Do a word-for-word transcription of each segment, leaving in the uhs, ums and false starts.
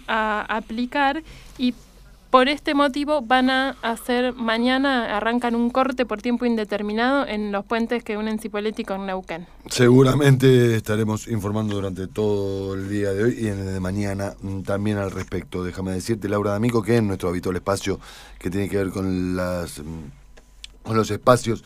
a aplicar y por este motivo van a hacer, mañana arrancan un corte por tiempo indeterminado en los puentes que unen Cipolletti con Neuquén. Seguramente estaremos informando durante todo el día de hoy y en el de mañana también al respecto. Déjame decirte, Laura D'Amico, que en nuestro habitual espacio que tiene que ver con las con los espacios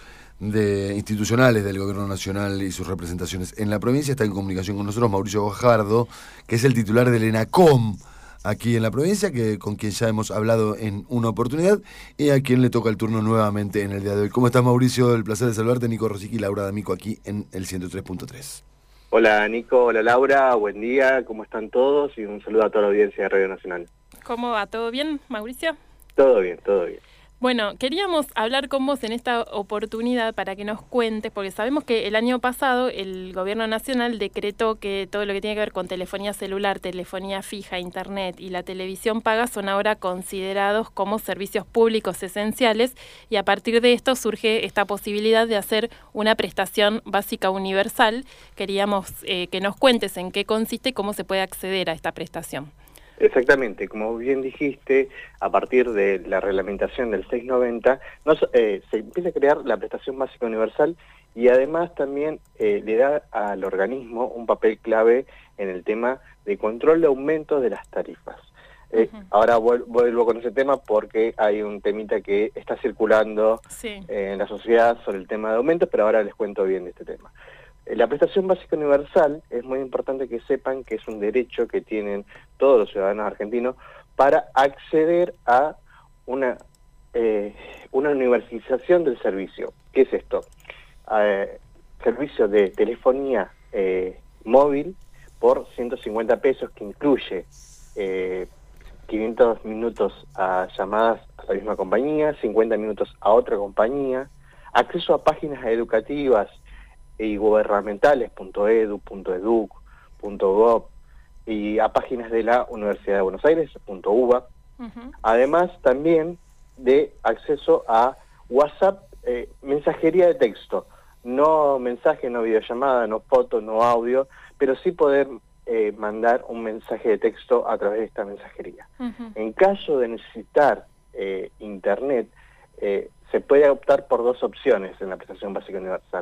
de institucionales del Gobierno Nacional y sus representaciones en la provincia, está en comunicación con nosotros Mauricio Guajardo, que es el titular del ENACOM aquí en la provincia, que con quien ya hemos hablado en una oportunidad y a quien le toca el turno nuevamente en el día de hoy. ¿Cómo estás, Mauricio? El placer de saludarte. Nico Rosicky y Laura D'Amico aquí en el ciento tres punto tres. Hola, Nico. Hola, Laura. Buen día. ¿Cómo están todos? Y un saludo a toda la audiencia de Radio Nacional. ¿Cómo va? ¿Todo bien, Mauricio? Todo bien, todo bien. Bueno, queríamos hablar con vos en esta oportunidad para que nos cuentes, porque sabemos que el año pasado el Gobierno Nacional decretó que todo lo que tiene que ver con telefonía celular, telefonía fija, internet y la televisión paga son ahora considerados como servicios públicos esenciales y a partir de esto surge esta posibilidad de hacer una prestación básica universal. Queríamos eh, que nos cuentes en qué consiste y cómo se puede acceder a esta prestación. Exactamente, como bien dijiste, a partir de la reglamentación del seiscientos noventa nos, eh, se empieza a crear la prestación básica universal y además también eh, le da al organismo un papel clave en el tema de control de aumento de las tarifas. Eh, uh-huh. Ahora vuelvo con ese tema porque hay un temita que está circulando sí. eh, en la sociedad sobre el tema de aumentos, pero ahora les cuento bien de este tema. La prestación básica universal es muy importante que sepan que es un derecho que tienen todos los ciudadanos argentinos para acceder a una, eh, una universalización del servicio. ¿Qué es esto? Eh, servicio de telefonía eh, móvil por ciento cincuenta pesos que incluye eh, quinientos minutos a llamadas a la misma compañía, cincuenta minutos a otra compañía, acceso a páginas educativas y gubernamentales, .edu, .educ, .gov, y a páginas de la Universidad de Buenos Aires, .uba. Uh-huh. Además, también de acceso a WhatsApp, eh, mensajería de texto. No mensaje, no videollamada, no foto, no audio, pero sí poder eh, mandar un mensaje de texto a través de esta mensajería. Uh-huh. En caso de necesitar eh, Internet, eh, se puede optar por dos opciones en la prestación básica universal.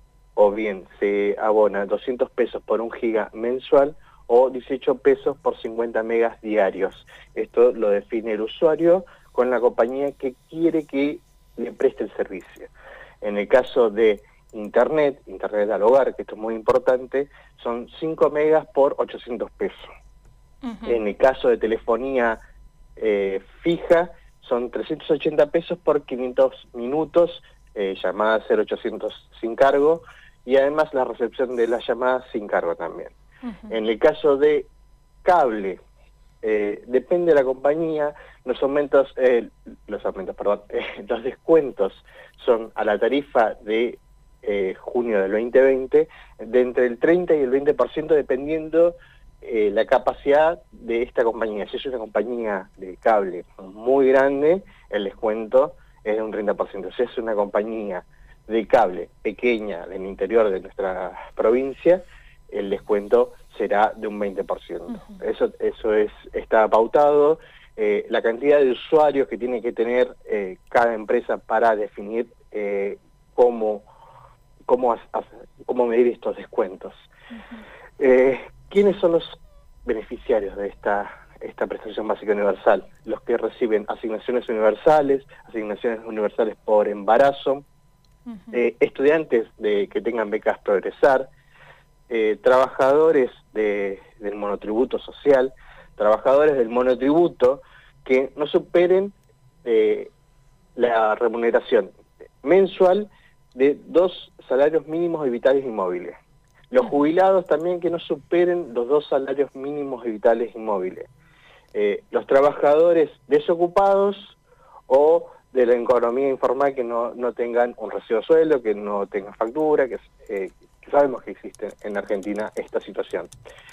O bien se abona doscientos pesos por un giga mensual o dieciocho pesos por cincuenta megas diarios. Esto lo define el usuario con la compañía que quiere que le preste el servicio. En el caso de Internet, Internet al hogar, que esto es muy importante, son cinco megas por ochocientos pesos. Uh-huh. En el caso de telefonía eh, fija, son trescientos ochenta pesos por quinientos minutos, eh, llamadas cero ochocientos sin cargo, y además la recepción de las llamadas sin cargo también. Uh-huh. En el caso de cable, eh, depende de la compañía, los aumentos, eh, los aumentos, perdón, eh, los descuentos son a la tarifa de eh, junio del veinte veinte, de entre el treinta y el veinte por ciento dependiendo eh, la capacidad de esta compañía. Si es una compañía de cable muy grande, el descuento es de un treinta por ciento. Si es una compañía de cable pequeña del interior de nuestra provincia, el descuento será de un veinte por ciento. Uh-huh. Eso, eso es, está pautado. Eh, la cantidad de usuarios que tiene que tener eh, cada empresa para definir eh, cómo, cómo, cómo medir estos descuentos. Uh-huh. Eh, ¿Quiénes son los beneficiarios de esta, esta prestación básica universal? Los que reciben asignaciones universales, asignaciones universales por embarazo, Uh-huh. eh, estudiantes de que tengan becas Progresar, eh, trabajadores de, del monotributo social, trabajadores del monotributo que no superen eh, la remuneración mensual de dos salarios mínimos y vitales y móviles. Los jubilados también que no superen los dos salarios mínimos y vitales y móviles. Eh, los trabajadores desocupados o de la economía informal que no, no tengan un recibo de sueldo, que no tengan factura, que, eh, que sabemos que existe en Argentina esta situación.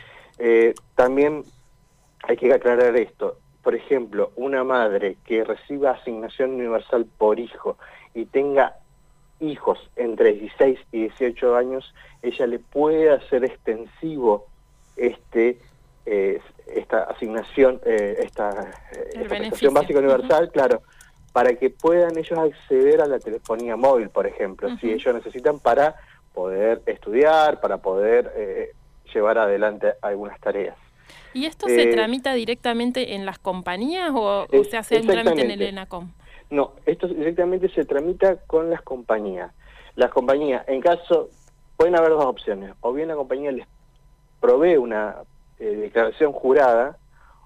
Eh, también hay que aclarar esto. Por ejemplo, una madre que reciba asignación universal por hijo y tenga hijos entre dieciséis y dieciocho años, ella le puede hacer extensivo este eh, esta asignación, eh, esta, eh, esta prestación básica universal, uh-huh. claro, para que puedan ellos acceder a la telefonía móvil, por ejemplo, uh-huh. si ellos necesitan para poder estudiar, para poder eh, llevar adelante algunas tareas. ¿Y esto se eh, tramita directamente en las compañías o, es, o se hace un trámite en el ENACOM? No, esto directamente se tramita con las compañías. Las compañías, en caso, pueden haber dos opciones. O bien la compañía les provee una eh, declaración jurada,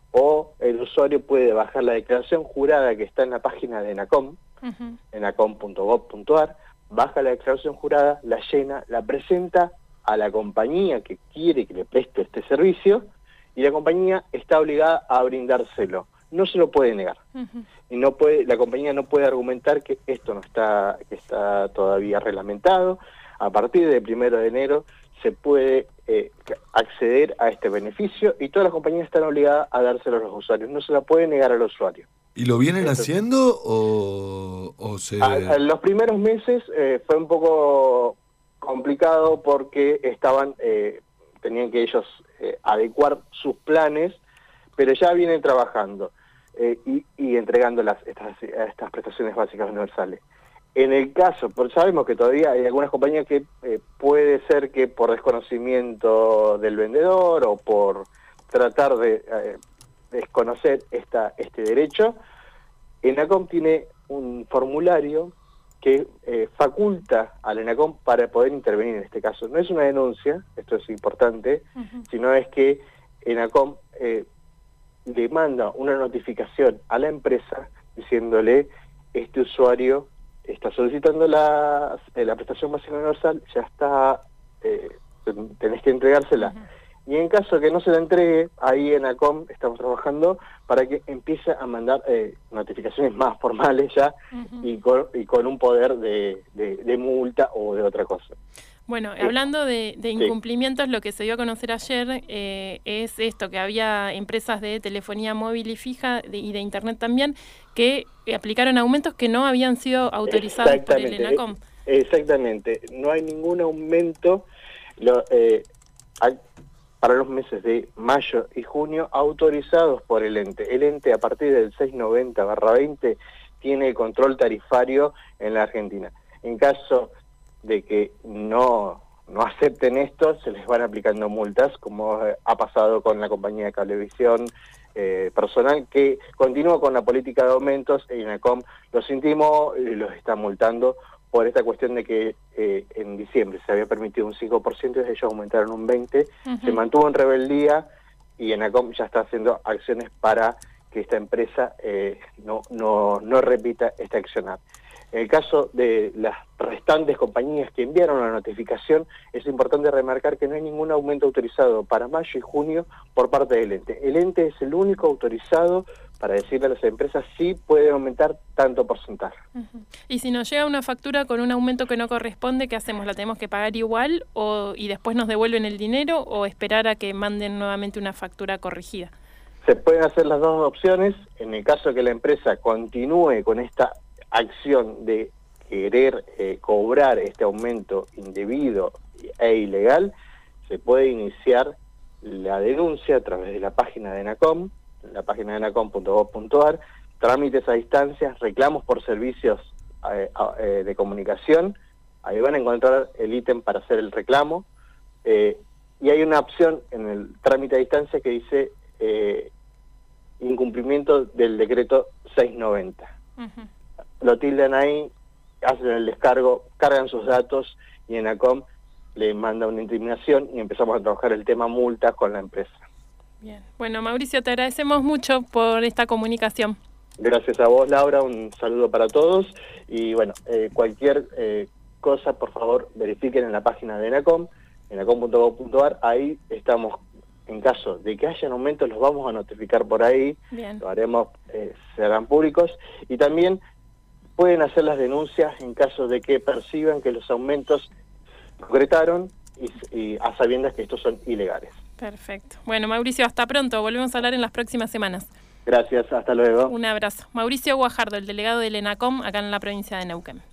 o el usuario puede bajar la declaración jurada que está en la página de ENACOM, uh-huh. enacom punto gob punto ar, baja la declaración jurada, la llena, la presenta a la compañía que quiere que le preste este servicio, y la compañía está obligada a brindárselo. No se lo puede negar. Uh-huh. Y no puede, la compañía no puede argumentar que esto no está, que está todavía reglamentado. A partir del primero de enero se puede eh, acceder a este beneficio y todas las compañías están obligadas a dárselo a los usuarios. No se la puede negar al usuario. ¿Y lo vienen Entonces, haciendo o, o se...? A, a los primeros meses eh, fue un poco complicado porque estaban... Eh, tenían que ellos eh, adecuar sus planes, pero ya vienen trabajando eh, y, y entregando las, estas, estas prestaciones básicas universales. En el caso, porque sabemos que todavía hay algunas compañías que eh, puede ser que por desconocimiento del vendedor o por tratar de eh, desconocer esta, este derecho, ENACOM tiene un formulario que eh, faculta al ENACOM para poder intervenir en este caso. No es una denuncia, esto es importante, uh-huh. sino es que ENACOM eh, le manda una notificación a la empresa diciéndole, este usuario está solicitando la, la prestación básica universal, ya está, eh, tenés que entregársela. Uh-huh. Y en caso de que no se la entregue, ahí en ENACOM estamos trabajando para que empiece a mandar eh, notificaciones más formales ya uh-huh. y, con, y con un poder de, de, de multa o de otra cosa. Bueno, eh, hablando de, de incumplimientos, sí. lo que se dio a conocer ayer eh, es esto, que había empresas de telefonía móvil y fija de, y de internet también que aplicaron aumentos que no habían sido autorizados por el ENACOM. Exactamente, no hay ningún aumento. Lo, eh, hay, para los meses de mayo y junio autorizados por el ente. El ente a partir del seiscientos noventa barra veinte tiene control tarifario en la Argentina. En caso de que no, no acepten esto, se les van aplicando multas, como ha pasado con la compañía de cablevisión eh, personal, que continúa con la política de aumentos, e ENACOM los intimó y los está multando por esta cuestión de que eh, en diciembre se había permitido un cinco por ciento y ellos aumentaron un veinte por ciento, uh-huh. se mantuvo en rebeldía y ENACOM ya está haciendo acciones para que esta empresa eh, no, no, no repita este accionar. En el caso de las restantes compañías que enviaron la notificación, es importante remarcar que no hay ningún aumento autorizado para mayo y junio por parte del ente. El ente es el único autorizado para decirle a las empresas si pueden aumentar tanto porcentaje. Uh-huh. Y si nos llega una factura con un aumento que no corresponde, ¿qué hacemos? ¿La tenemos que pagar igual o y después nos devuelven el dinero o esperar a que manden nuevamente una factura corrigida? Se pueden hacer las dos opciones. En el caso que la empresa continúe con esta acción de querer eh, cobrar este aumento indebido e ilegal, se puede iniciar la denuncia a través de la página de ENACOM, la página de enacom punto gob punto ar, trámites a distancia, reclamos por servicios eh, eh, de comunicación, ahí van a encontrar el ítem para hacer el reclamo, eh, y hay una opción en el trámite a distancia que dice eh, incumplimiento del decreto seiscientos noventa. Uh-huh. Lo tildan ahí, hacen el descargo, cargan sus datos y ENACOM le manda una intimación y empezamos a trabajar el tema multas con la empresa. Bien. Bueno, Mauricio, te agradecemos mucho por esta comunicación. Gracias a vos, Laura, un saludo para todos y bueno, eh, cualquier eh, cosa, por favor, verifiquen en la página de ENACOM, enacom punto gob punto ar, ahí estamos. En caso de que hayan aumentos, los vamos a notificar por ahí. Bien. Lo haremos, eh, serán públicos y también pueden hacer las denuncias en caso de que perciban que los aumentos concretaron y, y a sabiendas que estos son ilegales. Perfecto. Bueno, Mauricio, hasta pronto. Volvemos a hablar en las próximas semanas. Gracias, hasta luego. Un abrazo. Mauricio Guajardo, el delegado del ENACOM acá en la provincia de Neuquén.